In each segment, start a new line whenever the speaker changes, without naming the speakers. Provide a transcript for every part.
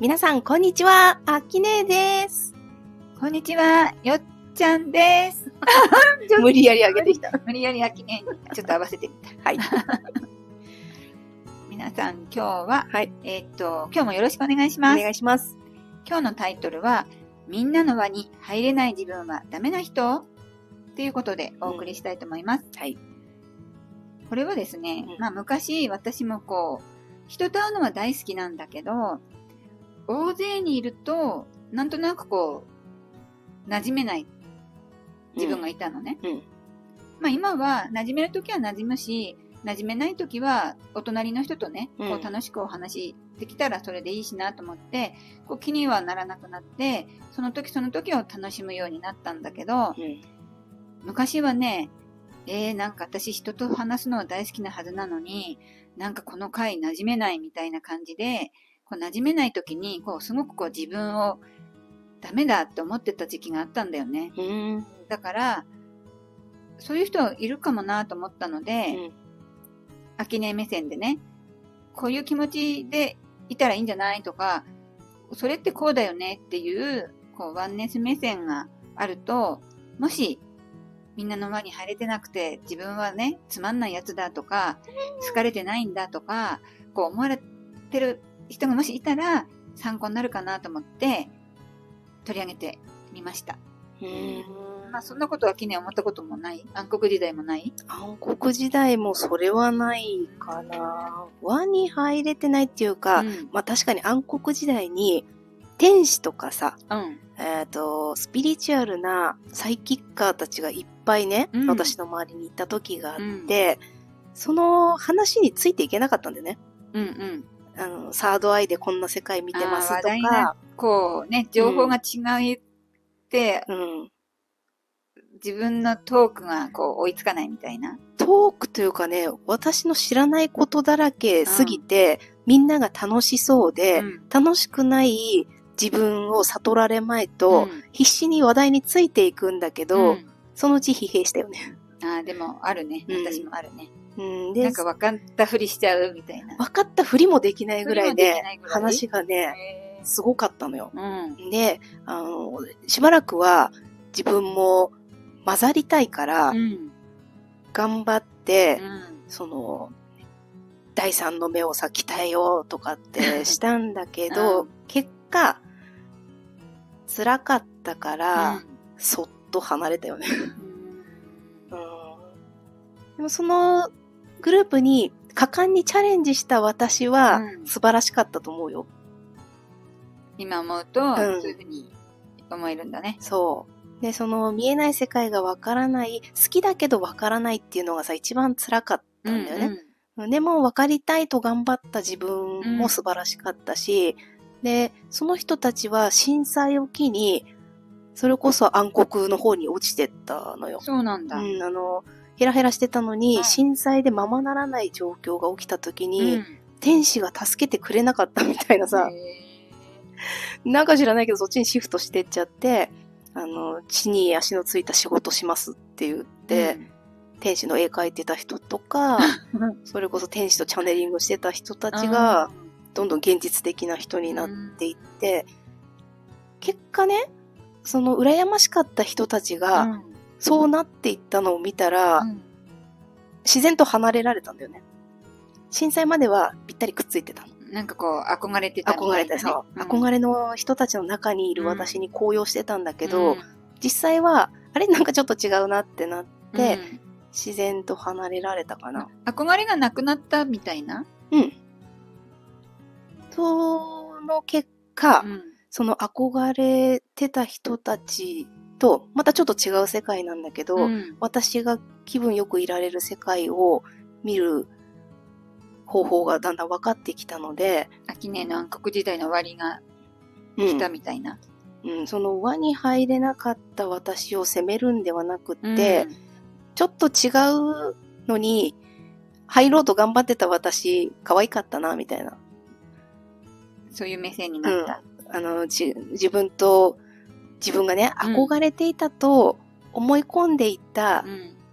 皆さん、こんにちは。あきねです。
こんにちは、よっちゃんです。
無理やり上げてきた。
無理やりあきねにちょっと合わせてみた。
はい。
皆さん、今日は、
はい。
今日もよろしくお願いします。
お願いします。
今日のタイトルは、みんなの輪に入れない自分はダメな人ということでお送りしたいと思います。
はい。
これはですね、昔私も人と会うのは大好きなんだけど、大勢にいると、なんとなく馴染めない自分がいたのね。今は馴染めるときは馴染むし、馴染めないときはお隣の人とね、楽しくお話できたらそれでいいしなと思って、気にはならなくなって、その時その時を楽しむようになったんだけど、昔はね、なんか私人と話すのは大好きなはずなのに、なんかこの回馴染めないみたいな感じで、馴染めない時に、すごく自分をダメだって思ってた時期があったんだよね。だから、そういう人いるかもなと思ったので、アキネ目線でね、こういう気持ちでいたらいいんじゃないとか、それってこうだよねっていう、ワンネス目線があると、もし、みんなの輪に入れてなくて、自分はね、つまんないやつだとか、好かれてないんだとか、思われてる人がもしいたら、参考になるかなと思って、取り上げてみました。そんなことは記念思ったこともない？暗黒時代もない？
暗黒時代もそれはないかな。輪に入れてないっていうか、確かに暗黒時代に、天使とかさ、スピリチュアルなサイキッカーたちがいっぱいね、私の周りに行った時があって、その話についていけなかったんだよね。サードアイでこんな世界見てますとか。
情報が違って、自分のトークが追いつかないみたいな。
トークというかね、私の知らないことだらけすぎて、みんなが楽しそうで、楽しくない自分を悟られまいと、必死に話題についていくんだけど、そのうち疲弊したよね。
でもあるね。私もあるね。なんか分かったふりしちゃうみたいな。
分かったふりもできないぐらいで、話がね、すごかったのよ。で、しばらくは自分も混ざりたいから、頑張って、第三の目をさ、鍛えようとかってしたんだけど、結果、辛かったから、そっと離れたよね。でもそのグループに果敢にチャレンジした私は素晴らしかったと思うよ。
今思うと、そういうふうに思えるんだね。
そう。で、その見えない世界がわからない、好きだけどわからないっていうのがさ、一番辛かったんだよね。でも分かりたいと頑張った自分も素晴らしかったし、で、その人たちは震災を機に、それこそ暗黒の方に落ちてったのよ。
そうなんだ。
ヘラヘラしてたのに、震災でままならない状況が起きた時に、天使が助けてくれなかったみたいなさ、なんか知らないけどそっちにシフトしてっちゃって、地に足のついた仕事しますって言って、天使の絵描いてた人とか、それこそ天使とチャネリングしてた人たちが、どんどん現実的な人になっていって、結果ね、その羨ましかった人たちが、そうなっていったのを見たら、自然と離れられたんだよね。震災まではぴったりくっついてたの。
なんか憧れてたみたいな、ね。
憧れて、そう。憧れの人たちの中にいる私に高揚してたんだけど、実際は、あれなんかちょっと違うなってなって、自然と離れられたかな。
憧れがなくなったみたいな？
その結果、その憧れてた人たちと、またちょっと違う世界なんだけど、私が気分よくいられる世界を見る方法がだんだん分かってきたので、
アキネの暗黒時代の終わりが来たみたいな。
その輪に入れなかった私を責めるんではなくって、ちょっと違うのに入ろうと頑張ってた私、可愛かったな、みたいな。
そういう目線になった。
自分がね、憧れていたと思い込んでいた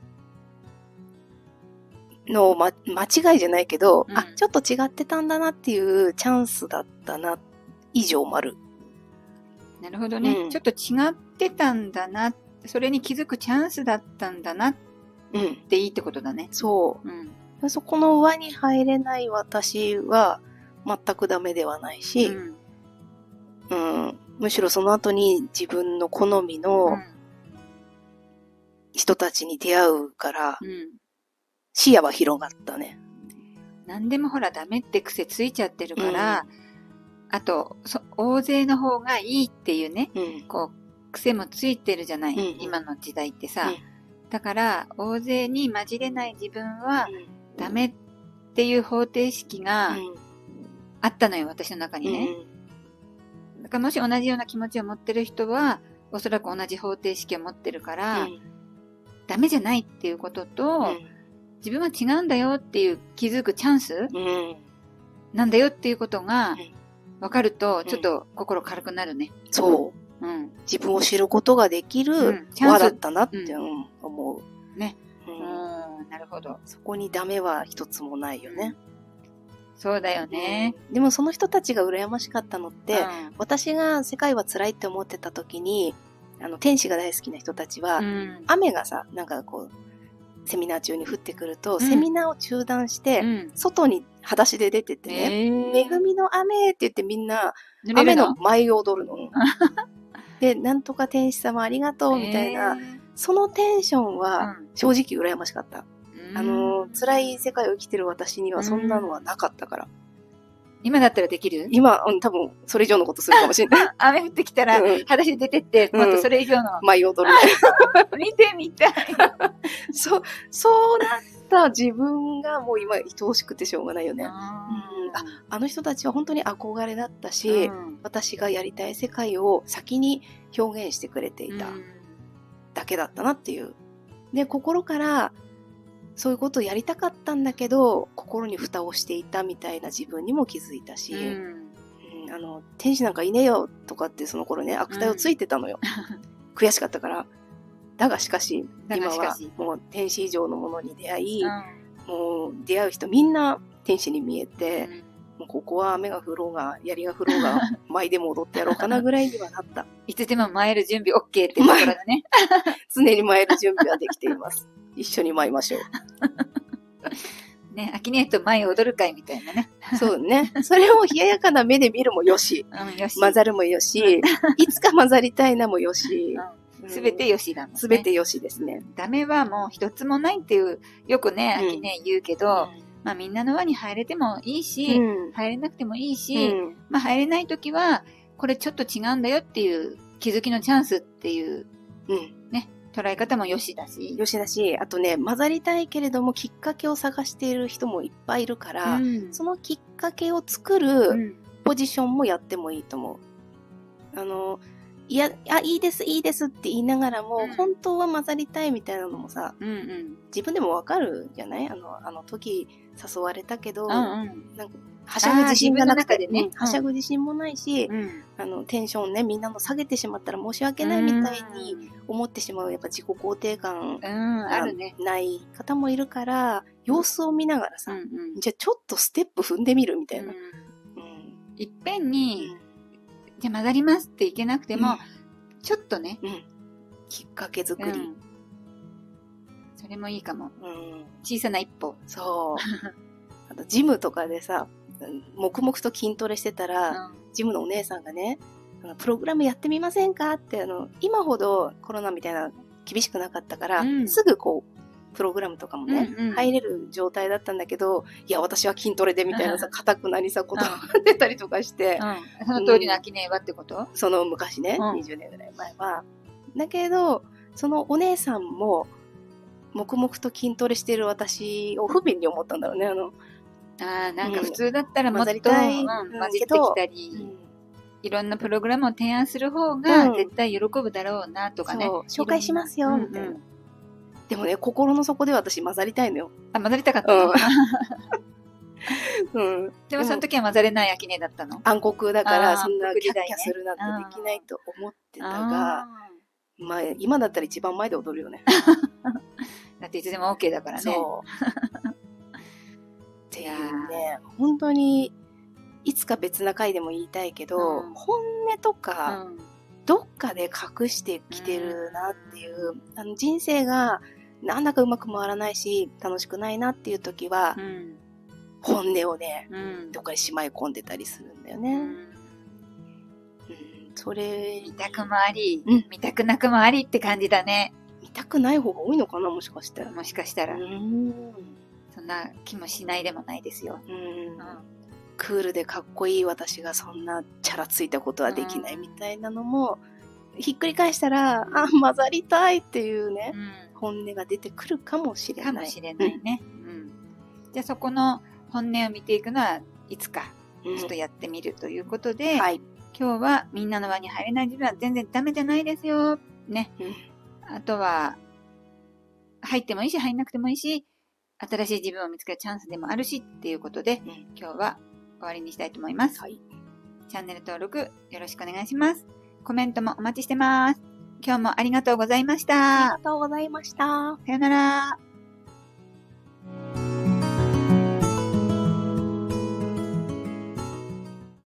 のを、間違いじゃないけど、ちょっと違ってたんだなっていうチャンスだったな。 以上丸。
なるほどね、ちょっと違ってたんだな、それに気づくチャンスだったんだなっていいってことだね。
そう。そこの輪に入れない私は全くダメではないし、むしろその後に自分の好みの人たちに出会うから、視野は広がったね。
何でもほらダメって癖ついちゃってるから、あと大勢の方がいいっていうね、こう癖もついてるじゃない、今の時代ってさ、だから大勢に混じれない自分はダメっていう方程式があったのよ、私の中にね。だからもし同じような気持ちを持ってる人はおそらく同じ方程式を持ってるから、ダメじゃないっていうことと、自分は違うんだよっていう気づくチャンス、なんだよっていうことが分かると、ちょっと心軽くなるね。
そう。自分を知ることができる輪だったなって思う。
ね。なるほど。
そこにダメは一つもないよね。
そうだよね。
でもその人たちが羨ましかったのって、私が世界は辛いって思ってた時に、天使が大好きな人たちは、雨がさ、なんかこう、セミナー中に降ってくると、セミナーを中断して、外に裸足で出てってね、恵みの雨って言ってみんな、雨の舞を踊るの。で、なんとか天使様ありがとうみたいな、そのテンションは正直羨ましかった。辛い世界を生きてる私にはそんなのはなかったから。
今だったらできる？
今、多分それ以上のことするかもしれない。
雨降ってきたら、裸足で出てって、もっとそれ以上の。
舞踊る。
見てみたい。
そうなった自分がもう今愛おしくてしょうがないよね。あの人たちは本当に憧れだったし、私がやりたい世界を先に表現してくれていただけだったなっていう。で、心からそういうことをやりたかったんだけど、心に蓋をしていたみたいな自分にも気づいたし、天使なんかいねえよとかってその頃ね、悪態をついてたのよ。悔しかったから。だがしかし、今はもう天使以上のものに出会い、もう出会う人みんな天使に見えて、もうここは雨が降ろうが、槍が降ろうが、舞でも踊ってやろうかなぐらいにはなった。
いつでも舞える準備 OK っていうところだね。
常に舞える準備はできています。一緒に舞いましょう。
ね、アキネート舞踊る会みたいなね。
そうね。それを冷ややかな目で見るもよし、混ざるもよし、いつか混ざりたいなもよし、
すべてよしだもんね。
すべてよしですね。
ダメはもう一つもないっていう、よくね、アキネ言うけど、まあみんなの輪に入れてもいいし、入れなくてもいいし、まあ入れないときは、これちょっと違うんだよっていう気づきのチャンスっていう、ね、捉え方もよしだし。
よしだし、あとね、混ざりたいけれどもきっかけを探している人もいっぱいいるから、そのきっかけを作るポジションもやってもいいと思う。いや、いいですって言いながらも、本当は混ざりたいみたいなのもさ、自分でもわかるじゃない？あの時誘われたけど、なんかはしゃぐ自信がなくてね、はしゃぐ自信もないし、テンションね、みんなの下げてしまったら申し訳ないみたいに思ってしまう、やっぱ自己肯定感がない方もいるから、様子を見ながらさ、じゃあちょっとステップ踏んでみるみたいな。
いっぺんに、じゃあ混ざりますっていけなくても、ちょっとね、
きっかけ作り。
それもいいかも。小さな一歩。
そう。あとジムとかでさ、黙々と筋トレしてたら、ジムのお姉さんがね、プログラムやってみませんかって、今ほどコロナみたいな厳しくなかったから、すぐこう、プログラムとかもね、入れる状態だったんだけど、いや、私は筋トレでみたいなさ、固くなりさ、断ってたりとかして。
その通りのアキネはってこと？
その昔ね、20年ぐらい前は。だけど、そのお姉さんも、黙々と筋トレしてる私を不憫に思ったんだろうね、
なんか普通だったらもっと混じってきたり、いろんなプログラムを提案する方が絶対喜ぶだろうなとかね。
紹介しますよ、みたいな。でもね、心の底で私混ざりたいのよ。
混ざりたかったでもその時は混ざれないアキネだったの？
暗黒だから、そんなキャッキャするなんてできないと思ってたが、まあ、今だったら一番前で踊るよね。
だっていつでも OK だからね。
そう。っていうね、本当にいつか別な回でも言いたいけど、本音とか、どっかで隠してきてるなっていう、人生がなんだかうまく回らないし、楽しくないなっていう時は、本音をね、どっかにしまい込んでたりするんだよね。それ。
見たくもあり、見たくなくもありって感じだね。
見たくない方が多いのかな、もしかしたら。
もしかしたら。そんな気もしないでもないですよ。
クールでかっこいい私がそんなチャラついたことはできないみたいなのも、ひっくり返したら、混ざりたいっていうね、本音が出てくるかもしれない。
かもしれないね。じゃあそこの本音を見ていくのはいつか、ちょっとやってみるということで、今日はみんなの輪に入れない自分は全然ダメじゃないですよ。ね。あとは、入ってもいいし、入んなくてもいいし、新しい自分を見つけるチャンスでもあるしっていうことで、今日は終わりにしたいと思います。チャンネル登録よろしくお願いします。コメントもお待ちしてます。今日もありがとうございました。
ありがとうございました。
さよなら。